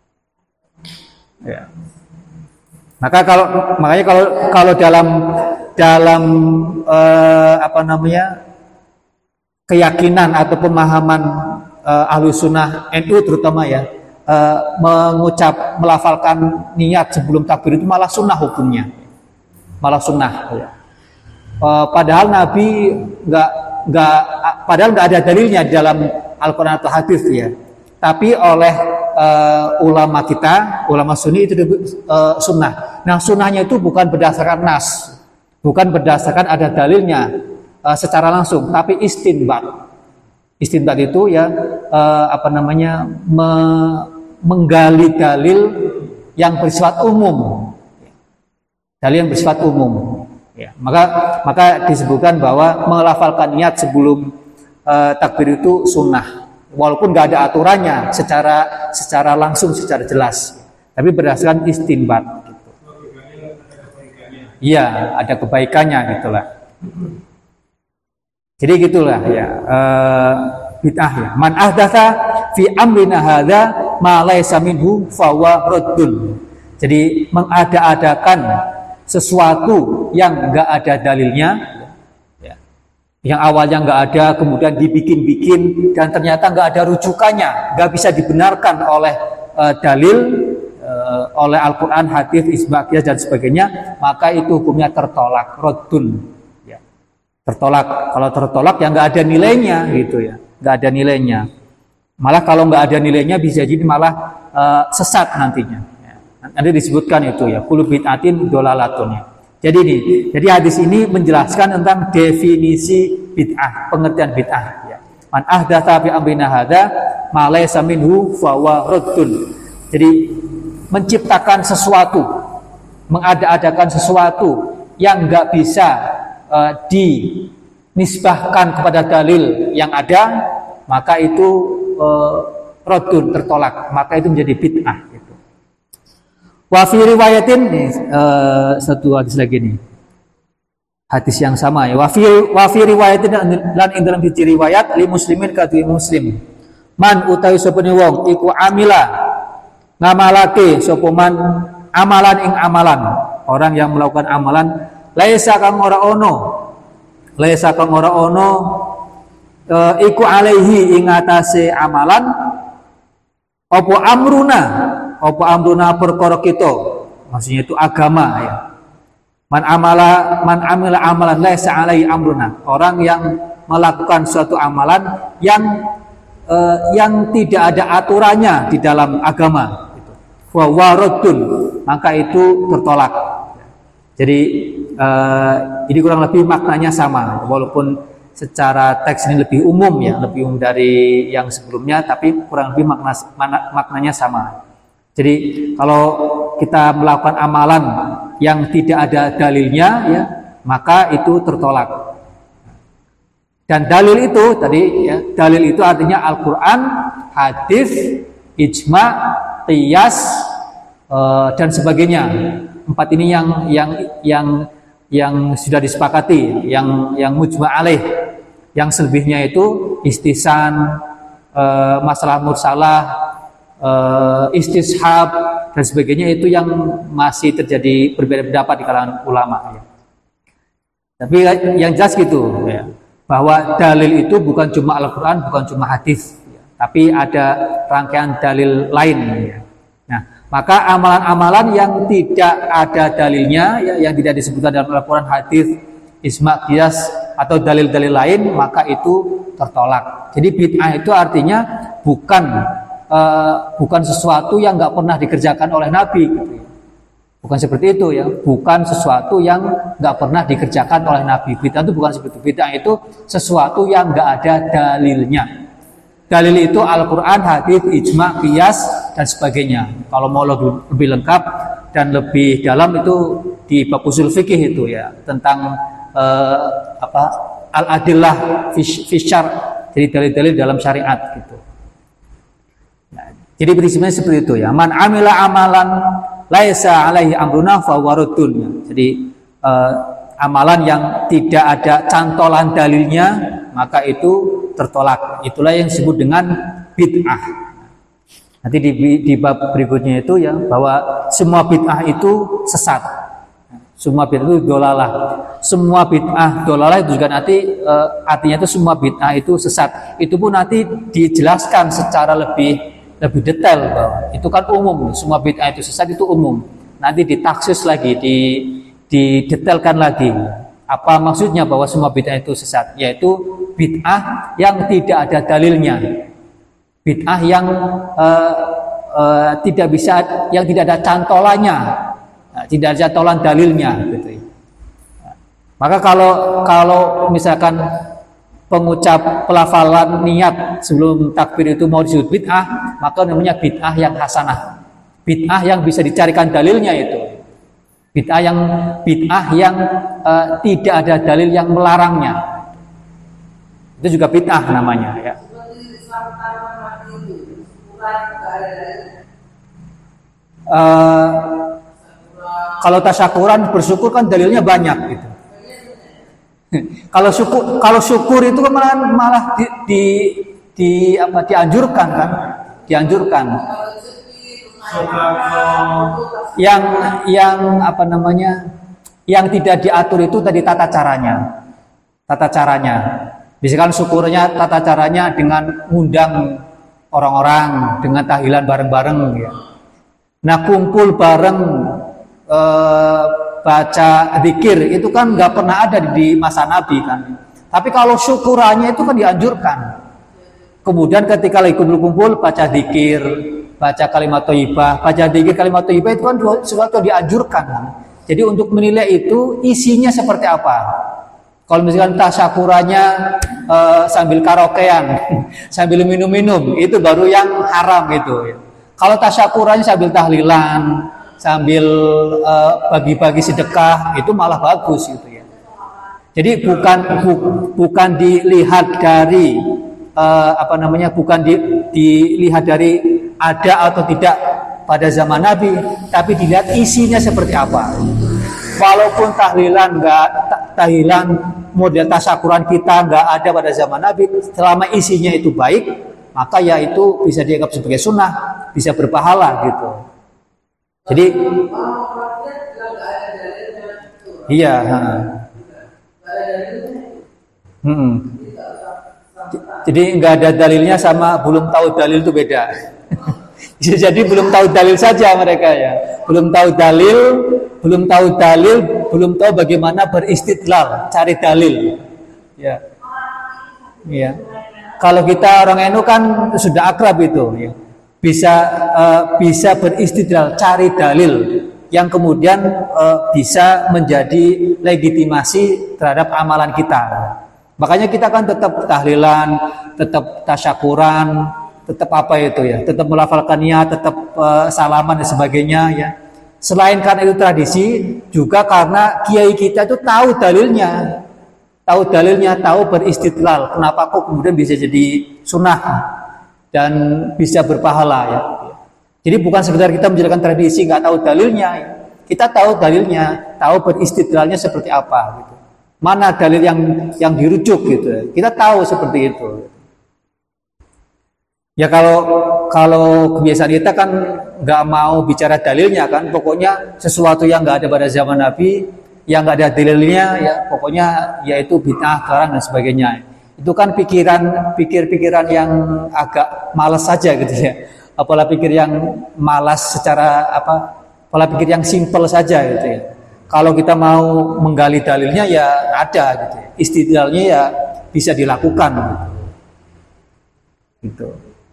Ya. Maka kalau makanya kalau kalau dalam dalam eh, apa namanya keyakinan atau pemahaman eh, ahlu sunnah N U terutama ya eh, mengucap melafalkan niat sebelum takbir itu malah sunnah hukumnya, malah sunnah. Ya. Eh, padahal Nabi nggak nggak padahal nggak ada dalilnya di dalam Al-Quran atau hadis ya. Tapi oleh uh, ulama kita, ulama sunni itu uh, sunnah. Nah sunnahnya itu bukan berdasarkan nas, bukan berdasarkan ada dalilnya uh, secara langsung, tapi istinbat. Istinbat itu ya uh, apa namanya me, menggali dalil yang bersifat umum, dalil yang bersifat umum. Ya, maka maka disebutkan bahwa melafalkan niat sebelum uh, takbir itu sunnah. Walaupun nggak ada aturannya secara secara langsung, secara jelas, tapi berdasarkan istinbat. Gitu. Iya, ada kebaikannya gitulah. Jadi gitulah ya uh, bid'ah ya. Man ahdatsa fi amrina hadza ma laisa minhu fahuwa raddun. Jadi mengada-adakan sesuatu yang enggak ada dalilnya, ya. Yang awalnya enggak ada kemudian dibikin-bikin dan ternyata enggak ada rujukannya, enggak bisa dibenarkan oleh uh, dalil, uh, oleh Al-Quran, hadis, ijma' qiyas dan sebagainya, maka itu hukumnya tertolak, raddun, ya. Tertolak. Kalau tertolak ya enggak ada nilainya gitu ya, enggak ada nilainya. Malah kalau enggak ada nilainya bisa jadi malah uh, sesat nantinya. Nanti disebutkan itu ya, kullu bid'atin dolalatun. Jadi ini, jadi hadis ini menjelaskan tentang definisi bid'ah, pengertian bid'ah. Ya. Man ahdatsa fi amrina hadza ma laysa minhu fa huwa raddun. Jadi menciptakan sesuatu, mengada-adakan sesuatu yang enggak bisa uh, dinisbahkan kepada dalil yang ada, maka itu uh, raddun, tertolak, maka itu menjadi bid'ah. Wa fi riwayatin nih, uh, satu hadis lagi nih. Hadis yang sama ya. Wa fi wa fi riwayatin lan ing dalam hiji riwayat li muslimin kadhi muslim. Man utawi sapane wong iku amila ngamalake sapa man amalan ing amalan. Orang yang melakukan amalan laisa kang ora ono. Laisa kang ora ono uh, iku alaihi ing atase amalan apa amruna apa amruna perkara kita, maksudnya itu agama ya. Man amala man amila amalan laisa alaihi amruna, orang yang melakukan suatu amalan yang eh, yang tidak ada aturannya di dalam agama gitu. Wa waradun, maka itu tertolak. Jadi eh, ini kurang lebih maknanya sama, walaupun secara teks ini lebih umum ya, lebih umum dari yang sebelumnya, tapi kurang lebih makna, makna maknanya sama. Jadi kalau kita melakukan amalan yang tidak ada dalilnya ya, maka itu tertolak. Dan dalil itu tadi ya, dalil itu artinya Al-Qur'an, hadis, ijma, qiyas e, dan sebagainya. Empat ini yang yang yang yang sudah disepakati, yang yang mujma' alaih. Yang selebihnya itu istisan, e, masalah mursalah, Uh, istishab dan sebagainya, itu yang masih terjadi berbeda pendapat di kalangan ulama ya. Tapi yang jelas gitu ya, bahwa dalil itu bukan cuma Al-Quran, bukan cuma hadis ya, tapi ada rangkaian dalil lain ya. Nah, maka amalan-amalan yang tidak ada dalilnya ya, yang tidak disebutkan dalam Al-Quran, hadis, ijma' qiyas atau dalil-dalil lain, maka itu tertolak. Jadi bid'ah itu artinya bukan Uh, bukan sesuatu yang nggak pernah dikerjakan oleh Nabi gitu ya. Bukan seperti itu ya, bukan sesuatu yang nggak pernah dikerjakan oleh Nabi. Bid'ah itu bukan seperti itu. Bid'ah itu sesuatu yang nggak ada dalilnya. Dalil itu Al-Quran, hadis, ijma', qiyas dan sebagainya. Kalau mau lebih, lebih lengkap dan lebih dalam itu di bab usul fikih itu ya, tentang uh, apa al-adillah fi syar', jadi dalil-dalil dalam syariat gitu. Jadi prinsipnya seperti itu ya. Man amila amalan laisa alaihi amruna fa huwa raddun. Jadi eh, amalan yang tidak ada cantolan dalilnya, maka itu tertolak. Itulah yang disebut dengan bid'ah. Nanti di, di bab berikutnya itu ya, bahwa semua bid'ah itu sesat. Semua bid'ah itu dolalah. Semua bid'ah dolalah itu juga nanti eh, artinya itu semua bid'ah itu sesat. Itu pun nanti dijelaskan secara lebih lebih detail bahwa itu kan umum, semua bid'ah itu sesat itu umum. Nanti ditaksis lagi, di didetailkan lagi apa maksudnya bahwa semua bid'ah itu sesat, yaitu bid'ah yang tidak ada dalilnya, bid'ah yang uh, uh, tidak bisa, yang tidak ada cantolannya, tidak ada cantolan dalilnya gitu ya. Maka kalau kalau misalkan pengucap pelafalan niat sebelum takbir itu mau disebut bid'ah, maka namanya bid'ah yang hasanah, bid'ah yang bisa dicarikan dalilnya, itu bid'ah yang bid'ah yang uh, tidak ada dalil yang melarangnya, itu juga bid'ah namanya ya. Uh, kalau tasyakuran bersyukur kan dalilnya banyak gitu. Kalau syukur, kalau syukur itu malah malah di, di, di apa dianjurkan kan, dianjurkan. Yang yang apa namanya? Yang tidak diatur itu tadi tata caranya. Tata caranya. Misalkan syukurnya tata caranya dengan ngundang orang-orang dengan tahlilan bareng-bareng ya. Nah, kumpul bareng eh, baca zikir itu kan nggak pernah ada di masa Nabi kan. Tapi kalau syukurannya itu kan dianjurkan. Kemudian ketika lagi kumpul-kumpul baca zikir, baca kalimat thayyibah, baca zikir kalimat thayyibah itu kan sesuatu yang dianjurkan. Jadi untuk menilai itu isinya seperti apa. Kalau misalkan tasyakurannya uh, sambil karaokean, sambil minum-minum, itu baru yang haram gitu. Kalau tasyakurannya sambil tahlilan, sambil uh, bagi-bagi sedekah, itu malah bagus gitu ya. Jadi bukan bu, bukan dilihat dari uh, apa namanya, bukan di, dilihat dari ada atau tidak pada zaman Nabi, tapi dilihat isinya seperti apa. Walaupun tahlilan enggak tahlilan model tasyakuran kita enggak ada pada zaman Nabi, selama isinya itu baik, maka ya itu bisa dianggap sebagai sunnah, bisa berpahala gitu. Jadi iya, hmm. Jadi enggak ada dalilnya sama belum tahu dalil itu beda. Jadi belum tahu dalil saja mereka ya. Belum tahu dalil, belum tahu dalil, belum tahu bagaimana beristidlal, cari dalil. Ya. Ya. Kalau kita orang N U kan sudah akrab itu ya. Bisa uh, bisa beristidlal, cari dalil yang kemudian uh, bisa menjadi legitimasi terhadap amalan kita. Makanya kita kan tetap tahlilan, tetap tasyakuran, tetap apa itu ya, tetap melafalkannya, tetap uh, salaman dan sebagainya ya. Selain karena itu tradisi, juga karena kiai kita itu tahu dalilnya, tahu dalilnya, tahu beristidlal. Kenapa kok kemudian bisa jadi sunnah dan bisa berpahala ya. Jadi bukan sekedar kita menjalankan tradisi nggak tahu dalilnya, ya. Kita tahu dalilnya, tahu beristidlalnya seperti apa gitu. Mana dalil yang yang dirujuk gitu ya. Kita tahu seperti itu. Ya kalau kalau kebiasaan kita kan nggak mau bicara dalilnya kan, pokoknya sesuatu yang nggak ada pada zaman Nabi, yang nggak ada dalilnya, ya pokoknya yaitu bid'ah, larang dan sebagainya. Itu kan pikiran pikir-pikiran yang agak malas saja gitu ya. Apalah pikir yang malas secara apa, apalah pikir yang simpel saja gitu ya. Kalau kita mau menggali dalilnya ya ada gitu ya. Istidlalnya ya bisa dilakukan gitu.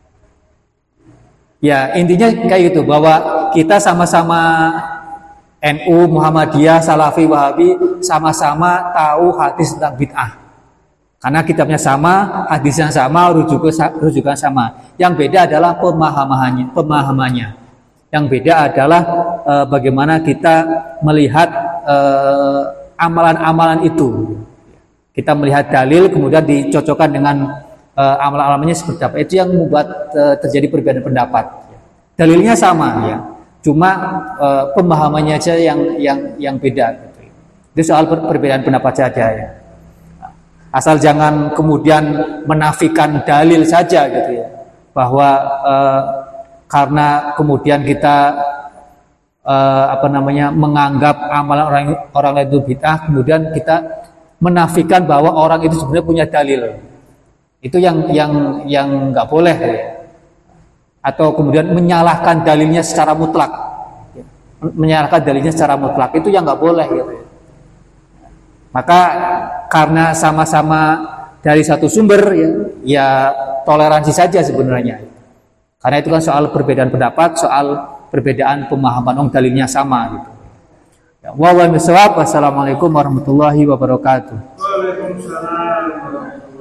Ya intinya kayak gitu, bahwa kita sama-sama N U, Muhammadiyah, Salafi, Wahabi sama-sama tahu hadis tentang bid'ah. Karena kitabnya sama, hadisnya sama, rujukan rujukan sama. Yang beda adalah pemahamannya, pemahamannya. Yang beda adalah e, bagaimana kita melihat e, amalan-amalan itu. Kita melihat dalil kemudian dicocokkan dengan e, amalan-amalannya seperti apa. Itu yang membuat e, terjadi perbedaan pendapat. Dalilnya sama ya. Cuma e, pemahamannya aja yang yang yang beda gitu. Itu soal per, perbedaan pendapat saja ya. Asal jangan kemudian menafikan dalil saja gitu ya. Bahwa e, karena kemudian kita e, apa namanya menganggap amalan orang orang lain itu bid'ah, kemudian kita menafikan bahwa orang itu sebenarnya punya dalil. Itu yang yang yang nggak boleh ya. Atau kemudian menyalahkan dalilnya secara mutlak, menyalahkan dalilnya secara mutlak itu yang nggak boleh gitu. Maka karena sama-sama dari satu sumber ya, ya toleransi saja sebenarnya. Karena itu kan soal perbedaan pendapat, soal perbedaan pemahaman, om dalilnya sama gitu. Ya, wassalamualaikum warahmatullahi wabarakatuh. Waalaikumsalam.